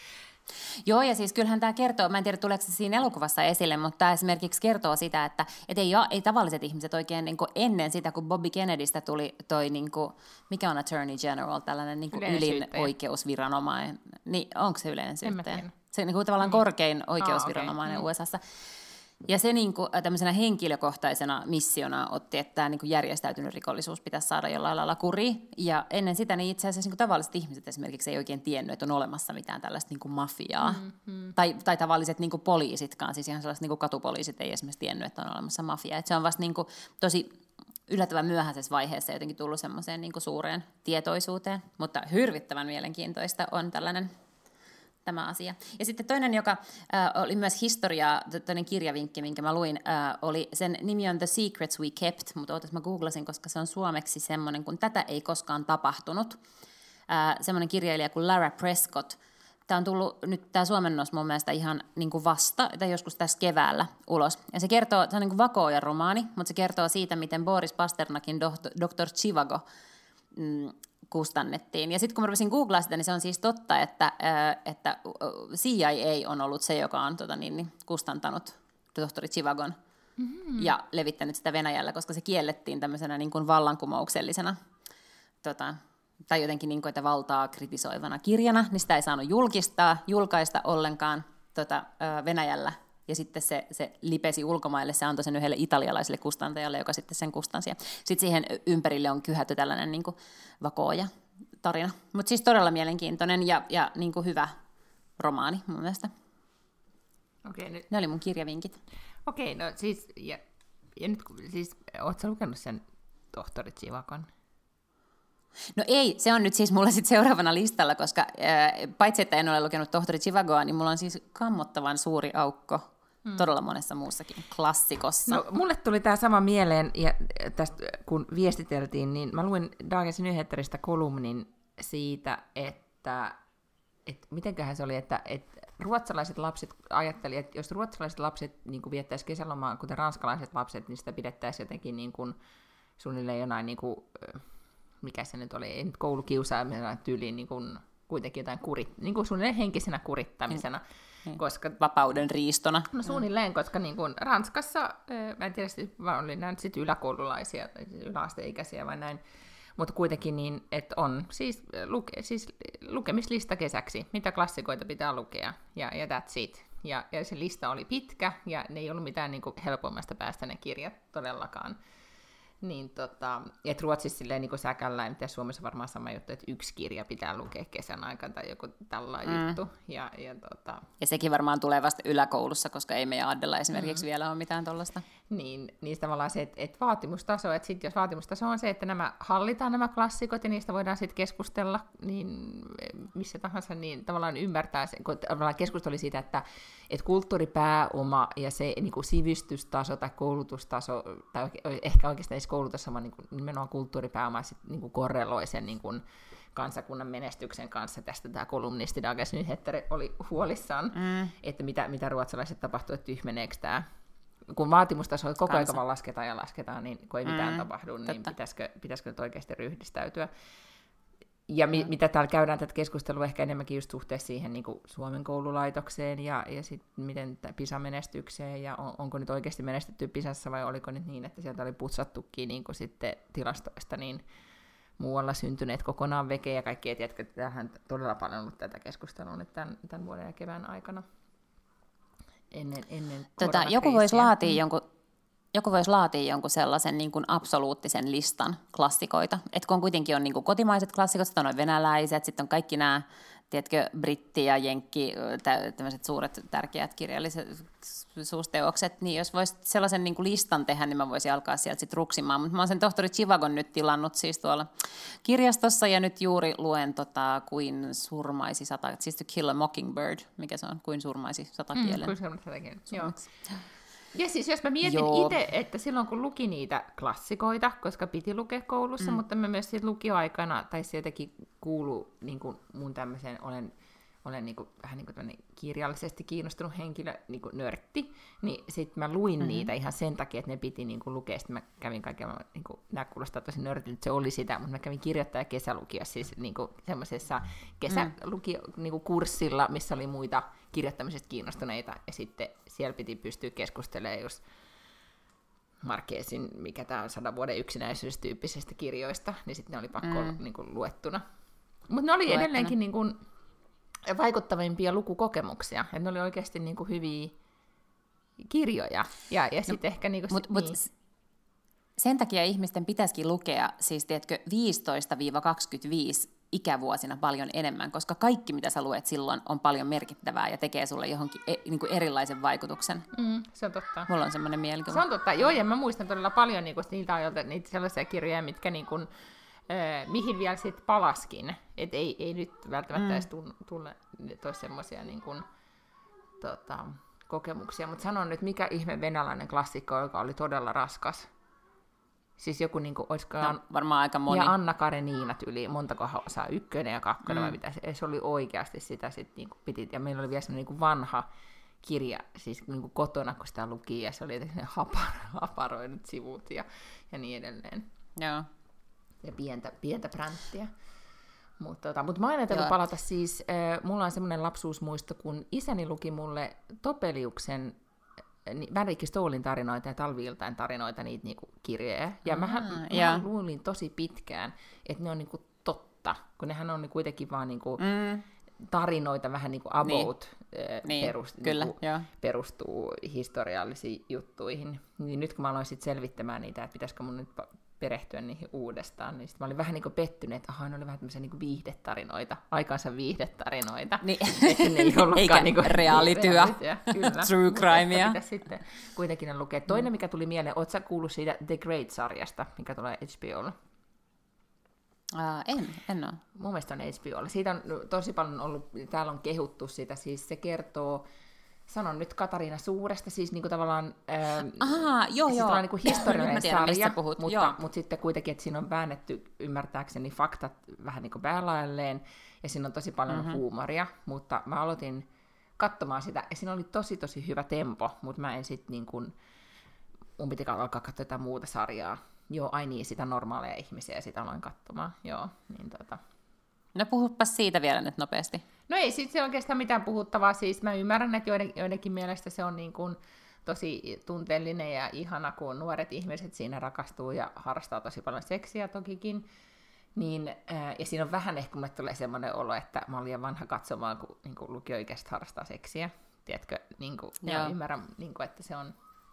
Joo, ja siis kyllähän tämä kertoo, mä en tiedä tuleeko se siinä elokuvassa esille, mutta tämä esimerkiksi kertoo sitä, että et ei, ei tavalliset ihmiset oikein niin kuin ennen sitä, kun Bobby Kennedystä tuli toi, niin kuin, mikä on Attorney General, tällainen niin kuin ylin oikeusviranomainen, niin onko se yleinen syyttäjä? Se niin kuin tavallaan korkein oikeusviranomainen ah, okay. U S A:ssa. Ja se niin kuin, tämmöisenä henkilökohtaisena missiona otti, että tämä niin kuin järjestäytynyt rikollisuus pitäisi saada jollain lailla kuriin. Ja ennen sitä niin itse asiassa niin kuin tavalliset ihmiset esimerkiksi ei oikein tiennyt, että on olemassa mitään tällaista niin kuin mafiaa. Mm-hmm. Tai, tai tavalliset niin kuin poliisitkaan, siis ihan sellaiset niin kuin katupoliisit ei esimerkiksi tiennyt, että on olemassa mafiaa. Että se on vasta niin kuin tosi yllättävän myöhäisessä vaiheessa jotenkin tullut semmoiseen niin kuin suureen tietoisuuteen. Mutta hirvittävän mielenkiintoista on tällainen tämä asia. Ja sitten toinen, joka äh, oli myös historiaa, toinen kirjavinkki, minkä mä luin, äh, oli, sen nimi on The Secrets We Kept, mutta ootas mä googlasin, koska se on suomeksi semmoinen, kun tätä ei koskaan tapahtunut. Äh, semmoinen kirjailija kuin Lara Prescott. Tämä on tullut nyt tämä suomennos mun mielestä ihan niin kuin vasta, tai joskus tässä keväällä ulos. Ja se kertoo, se on niin kuin vakoojan romaani, mutta se kertoo siitä, miten Boris Pasternakin doktor Zhivago mm, kustannettiin. Ja sitten kun mä rupesin googlaa sitä, niin se on siis totta, että, että C I A on ollut se, joka on tota, niin, niin, kustantanut tohtori Zhivagon mm-hmm. ja levittänyt sitä Venäjällä, koska se kiellettiin tämmöisenä niin kuin vallankumouksellisena tota, tai jotenkin niin kuin, että valtaa kritisoivana kirjana, niin sitä ei saanut julkistaa, julkaista ollenkaan tota, Venäjällä. Ja sitten se, se lipesi ulkomaille, se antoi sen yhdelle italialaiselle kustantajalle, joka sitten sen kustansi. Sitten siihen ympärille on kyhätty tällainen niin kuin vakooja tarina. Mutta siis todella mielenkiintoinen ja, ja niin kuin hyvä romaani mun mielestä. Okei, nyt... Ne oli mun kirjavinkit. Okei, no siis, ja, ja nyt siis, ootko sä lukenut sen tohtori Zhivagon? No ei, se on nyt siis mulla sitten seuraavana listalla, koska ää, paitsi että en ole lukenut tohtori Zhivagoa, niin mulla on siis kammottavan suuri aukko hmm. todella monessa muussakin klassikossa. No, mulle tuli tämä sama mieleen, ja tästä kun viestiteltiin, niin mä luin Dagens Nyheteristä kolumnin siitä, että et mitenköhän se oli, että et ruotsalaiset lapset ajattelivat, että jos ruotsalaiset lapset niin viettäisi kesälomaa, kuten ranskalaiset lapset, niin sitä pidettäisiin jotenkin niin kuin suunnilleen jonain, niin kuin, mikä se nyt oli, ei nyt koulukiusaamisena tyyliin, niin kuin, kuitenkin jotain kurit, niin kuin suunnilleen henkisenä kurittamisena. Mm. Koska, vapauden riistona. No suunnilleen, koska niin kuin Ranskassa, mä en tiedä, vai oli nämä sitten yläkoululaisia, tai yläasteikäisiä vai näin, mutta kuitenkin niin, että on siis, luke, siis lukemislista kesäksi, mitä klassikoita pitää lukea, ja, ja that's it. Ja, ja se lista oli pitkä, ja ne ei ollut mitään niin kuin helpommasta päästä ne kirjat todellakaan. Niin tota, että Ruotsissa silleen niin kuin säkällään, mitä Suomessa varmaan sama juttu, että yksi kirja pitää lukea kesän aikana tai joku tällainen mm. juttu. Ja, ja, tota... ja sekin varmaan tulee vasta yläkoulussa, koska ei meidän Addella esimerkiksi mm. vielä ole mitään tuollaista. Niin, niin tavallaan se, että, että vaatimustaso, että sit jos vaatimustaso on se, että nämä hallitaan nämä klassikot ja niistä voidaan sitten keskustella, niin missä tahansa, niin tavallaan ymmärtää, se, kun tavallaan keskustelu siitä, että, että kulttuuripääoma ja se niin kuin sivistystaso tai koulutustaso, tai ehkä oikeastaan koulutus, vaan niin kuin, nimenomaan kulttuuripääoma sit, niin kuin korreloi sen niin kuin kansakunnan menestyksen kanssa. Tästä tämä kolumnisti Dagens Nyheter oli huolissaan, mm. että mitä, mitä ruotsalaiset tapahtuu, että tyhmeneekö tämä. Kun vaatimustaso koko ajan vaan lasketaan ja lasketaan, niin kun ei mitään mm. tapahdu, niin Totta. pitäisikö, pitäisikö nyt oikeasti ryhdistäytyä. Ja mi, mm. mitä täällä käydään tätä keskustelua ehkä enemmänkin just suhteessa siihen niin kuin Suomen koululaitokseen ja, ja sitten miten PISA-menestykseen ja on, onko nyt oikeasti menestytty PISassa vai oliko nyt niin, että sieltä oli putsattukin niin kuin sitten tilastoista niin muualla syntyneet kokonaan veke ja kaikki, tiedätkö, tähän todella paljon ollut tätä keskustelua nyt tämän, tämän vuoden ja kevään aikana ennen, ennen tota, joku voisi laatia mm. jonkun Joku voisi laatia jonkun sellaisen niin kuin absoluuttisen listan klassikoita. Et kun kuitenkin on niin kuin kotimaiset klassikot, sitten on venäläiset, sitten on kaikki nämä, tiedätkö, britti- ja jenkki, tämmöiset suuret tärkeät kirjallisuusteokset, niin jos voisi sellaisen niin kuin listan tehdä, niin mä voisin alkaa sieltä sitten ruksimaan. Mutta mä oon sen tohtori Chivagon nyt tilannut siis tuolla kirjastossa, ja nyt juuri luen tota, kuin surmaisi sata, siis To Kill a Mockingbird, mikä se on, kuin surmaisi satakielen. Mm, kuin surmaisi satakielen, joo. Ja siis jos mä mietin itse, että silloin kun luki niitä klassikoita, koska piti lukea koulussa, mm. mutta mä myös siitä lukioaikana, tai se jotenkin kuuluu niin kuin mun tämmöiseen, olen, olen niin kuin, vähän niin kuin kirjallisesti kiinnostunut henkilö, niin kuin nörtti, niin sitten mä luin mm-hmm. niitä ihan sen takia, että ne piti niin kuin lukea. Sitten mä kävin kaiken, niin kuin, nämä kuulostaa tosi nörtiltä, että se oli sitä, mutta mä kävin kirjoittaja kesälukiossa, siis niin kuin semmoisessa kesälukikurssilla, missä oli muita kirjoittamisesta kiinnostuneita, ja sitten siellä piti pystyä keskustelemaan just Marquezin, mikä tämä on sadan vuoden yksinäisyystyyppisistä kirjoista, niin sitten ne oli pakko mm. olla niin kuin luettuna. Mutta ne oli luettuna. edelleenkin niin kuin vaikuttavimpia lukukokemuksia, että ne oli oikeasti niin kuin hyviä kirjoja, ja, ja sitten no, ehkä niin kuin... Mut, mut, niin. Sen takia ihmisten pitäisikin lukea, siis tiedätkö, viisitoista kaksikymmentäviisi ikävuosina paljon enemmän, koska kaikki, mitä sä luet silloin, on paljon merkittävää ja tekee sulle johonkin e, niin kuin erilaisen vaikutuksen. Mm, se on totta. Mulla on semmoinen mielikuva. Se on totta. Joo, ja mä muistan todella paljon niin kuin niiltä ajoilta niitä sellaisia kirjoja, mitkä niin kuin, äh, mihin vielä sitten palaskin. Et ei, ei nyt välttämättä mm. edes tule semmoisia niin kuin, tota, kokemuksia. Mutta sanon nyt, mikä ihme venäläinen klassikko, joka oli todella raskas. Siis joku niinku, olisikohan... No, varmaan aika moni. Ja Anna Kareniina tyyli, montako osaa, ykkönen ja kakkonen, mm. vai mitä se, se oli oikeasti sitä sit niinku piti. Ja meillä oli vielä semmoinen niinku vanha kirja, siis niinku kotona, kun sitä luki, ja se oli jotenkin hapar, haparoidut sivut ja, ja niin edelleen. Joo. Ja pientä, pientä pränttiä. Mutta tota, mut mä aina täytyy palata siis, äh, mulla on semmoinen lapsuusmuisto, kun isäni luki mulle Topeliuksen Värikki Stoolin tarinoita ja Talvi-iltain tarinoita, niitä niinku kirjoja. Ja Aha, mähän, mähän luulin tosi pitkään, että ne on niinku totta, kun nehän on kuitenkin vaan niinku mm. tarinoita vähän niinku about, niin. perust, niin, kyllä, niinku, perustuu historiallisiin juttuihin. Niin nyt kun mä aloin sit selvittämään niitä, että pitäisikö mun nyt perehtyä niihin uudestaan, niin sit mä olin vähän niinku pettynyt, että aha, ne oli vähän tämmöisiä niinku viihdetarinoita, aikansa viihdetarinoita. Niin. Että ne ei eikä niinku reaalityö, true crimea. Pitäisi sitten kuitenkin ne lukea. Toinen, mikä tuli mieleen, ootko sä kuullut siitä The Great-sarjasta, mikä tulee H B O:lla? Uh, en, en ole. Mun mielestä on H B O:lla. Siitä on tosi paljon ollut, täällä on kehuttu sitä, siis se kertoo, sanon nyt Katariina Suuresta, siis niinku tavallaan Aha, joo, siis joo. Niinku historiallinen sarja, mutta, mutta sitten kuitenkin, että siinä on väännetty ymmärtääkseni faktat vähän niin kuin päälailleen, ja siinä on tosi paljon mm-hmm. huumoria, mutta mä aloitin katsomaan sitä, ja siinä oli tosi tosi hyvä tempo, mutta mä en sitten niin kuin, mun piti alkaa katsoa jotain muuta sarjaa, Joo, ai niin, sitä normaaleja ihmisiä ja sitä aloin katsomaan, joo. Niin tota. No puhupas siitä vielä nyt nopeasti. No ei sit se oikeastaan mitään puhuttavaa, siis mä ymmärrän, että joiden, joidenkin mielestä se on niin kuin tosi tunteellinen ja ihana, kun nuoret ihmiset siinä rakastuu ja harrastaa tosi paljon seksiä tokikin. Niin, ää, ja siinä on vähän ehkä, mulle tulee semmoinen olo, että mä olen liian vanha katsomaan, kun niin kuin lukioikäiset harrastaa seksiä. Tiedätkö, niin kuin, ja ymmärrän, niin kuin, että se on,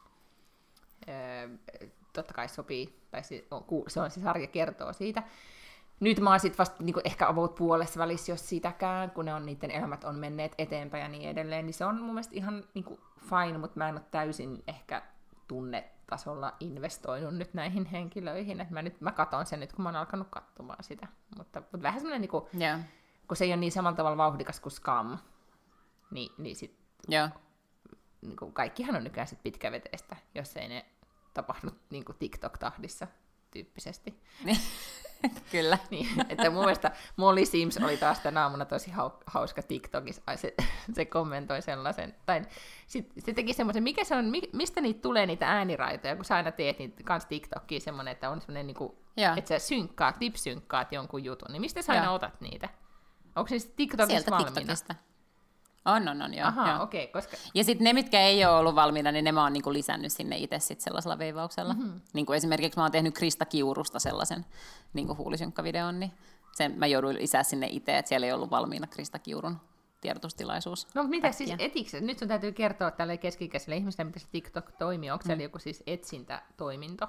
ää, totta kai sopii, tai se on, se on se sarja kertoo siitä. Nyt mä oon sit vasta niin kuin ehkä about puolessa välissä, jos sitäkään, kun ne on, niiden elämät on menneet eteenpäin ja niin edelleen, niin se on mun mielestä ihan niin kuin fine, mutta mä en ole täysin ehkä tunnetasolla investoinut nyt näihin henkilöihin, että mä, nyt, mä katon sen nyt, kun mä oon alkanut katsomaan sitä, mutta, mutta vähän semmoinen, niin kuin, yeah. kun se ei ole niin samalla tavalla vauhdikas kuin Scam, niin, niin sit yeah. niin kuin kaikkihan on nykyään sit pitkäveteistä, jos ei ne tapahdu niin kuin TikTok-tahdissa tyyppisesti. Kyllä. Niin, että mun mielestä Molly Sims oli taas tänä aamuna tosi hauska TikTokissa. Ai se, se kommentoi sellaisen, tai sit, se teki semmoisen, mikä se on, mistä niitä tulee niitä ääniraitoja, kun sä aina teet niitä kans TikTokia semmoinen, että on semmoinen, niinku, että sä synkkaat, lip-synkkaat jonkun jutun, niin mistä sä aina otat niitä? Onko se TikTokissa sieltä valmiina? TikTokista. On, on, on, joo. Aha, okei, okay, koska... Ja sitten ne, mitkä ei ole ollut valmiina, niin ne mä oon niinku lisännyt sinne itse sit sellaisella veivauksella. Mm-hmm. Niin kuin esimerkiksi mä oon tehnyt Krista Kiurusta sellaisen niinku huulisynkkavideon, niin sen mä jouduin lisää sinne itse, että siellä ei ollut valmiina Krista Kiurun tiedotustilaisuus. No mitä siis etiksä? Nyt sun täytyy kertoa tälle keski-ikäiselle ihmiselle, miten se TikTok toimii. Onko siellä mm. joku siis etsintätoiminto?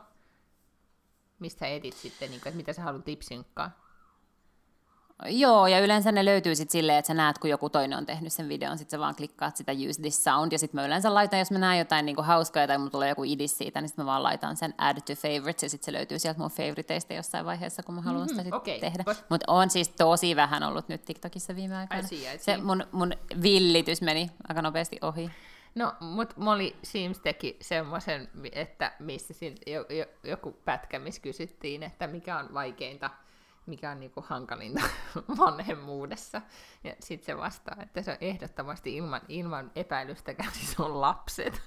Mistä etit sitten, niin kuin, että mitä sä haluat lip-synkkaa? Joo, ja yleensä ne löytyy sitten silleen, että sä näet, kun joku toinen on tehnyt sen videon, sitten sä vaan klikkaat sitä use this sound, ja sitten mä yleensä laitan, jos mä näen jotain niinku hauskaa, tai mulla tulee joku idis siitä, niin sitten mä vaan laitan sen add to favorites, ja sitten se löytyy sieltä mun favoriteista jossain vaiheessa, kun mä haluan mm-hmm, sitä sitten okay. tehdä. But... Mutta on siis tosi vähän ollut nyt TikTokissa viime aikoina. I see, I see. Se mun, mun villitys meni aika nopeasti ohi. No, mutta Molly Sims teki semmoisen, että missä siinä joku pätkä, missä kysyttiin, että mikä on vaikeinta, mikä on niinku hankalinta vanhemmuudessa. Ja sitten se vastaa, että se on ehdottomasti ilman, ilman epäilystäkään, siis on lapset.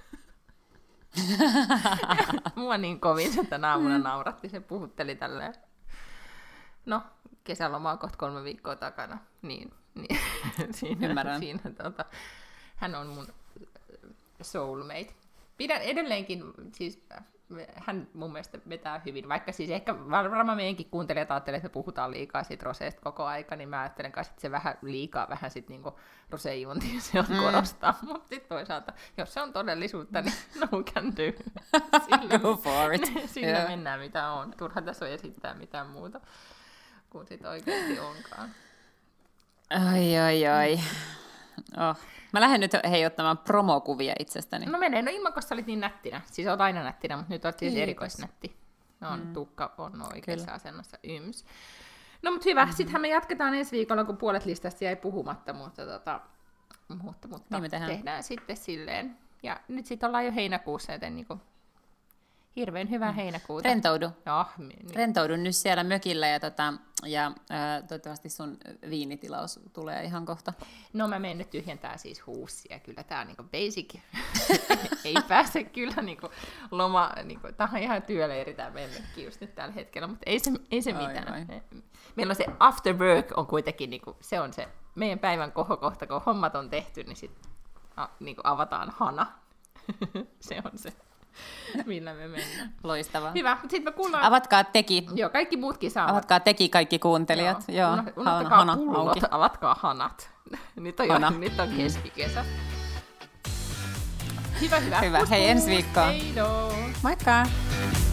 Mua niin kovin se tänä aamuna nauratti, se puhutteli tälleen. No, kesäloma on kohta kolme viikkoa takana. Niin, niin. siinä, Ymmärrän. Siinä, tuota, hän on mun soulmate. Pidän edelleenkin, siis hän mun mielestä vetää hyvin, vaikka siis ehkä varmaan meidänkin kuuntelijat ajattelee, että puhutaan liikaa siitä roseesta koko aika, niin mä ajattelen kanssa, että se vähän liikaa vähän sit niinku rosejuontia se on mm. korostaa, mutta sitten toisaalta, jos se on todellisuutta, niin no can do. Sillä, Go for it. Sillä yeah. mennään mitä on. Turha tässä on esittää mitään muuta kuin sit oikeasti onkaan. Ai ai ai. Oh. Mä lähden nyt hei ottamaan promokuvia itsestäni. No menee, no ilman, koska sä olit niin nättinä. Siis oot aina nättinä, mutta nyt oot siis erikoisnätti. No mm. tukka on oikeassa Kyllä. asennossa, yms. No mutta hyvä, mm-hmm. sittenhän me jatketaan ensi viikolla, kun puolet listasta jäi puhumatta, mutta, tota, mutta, mutta niin tehdään. tehdään sitten silleen. Ja nyt sitten ollaan jo heinäkuussa, joten niinku hirveän hyvää mm. heinäkuuta. Rentoudu. Ja, niin. Rentoudu nyt siellä mökillä ja, tota, ja ää, toivottavasti sun viinitilaus tulee ihan kohta. No mä menen nyt tyhjentää siis huussia. Kyllä tää on niinku basic. Ei pääse kyllä niinku loma. Niinku, tää on ihan työleiri tää memmekki just nyt tällä hetkellä, mutta ei se, ei se mitään. Ai, ai. Meillä on se after work on kuitenkin, niinku, se on se meidän päivän kohokohta, kun hommat on tehty, niin sitten niinku avataan hana. Se on se. Millä me mennään. Loistavaa. Hyvä, mutta sitten me kuullaan... Avatkaa teki. Joo, kaikki muutkin saavat. Avatkaa teki kaikki kuuntelijat. Joo, Joo. Unohtakaa hana, pullot, auki. Avatkaa hanat. Nyt on, jo, nyt on keskikesä. Hyvä, hyvä. Hyvä, hei ensi viikkoon. Heidoo. Moikka.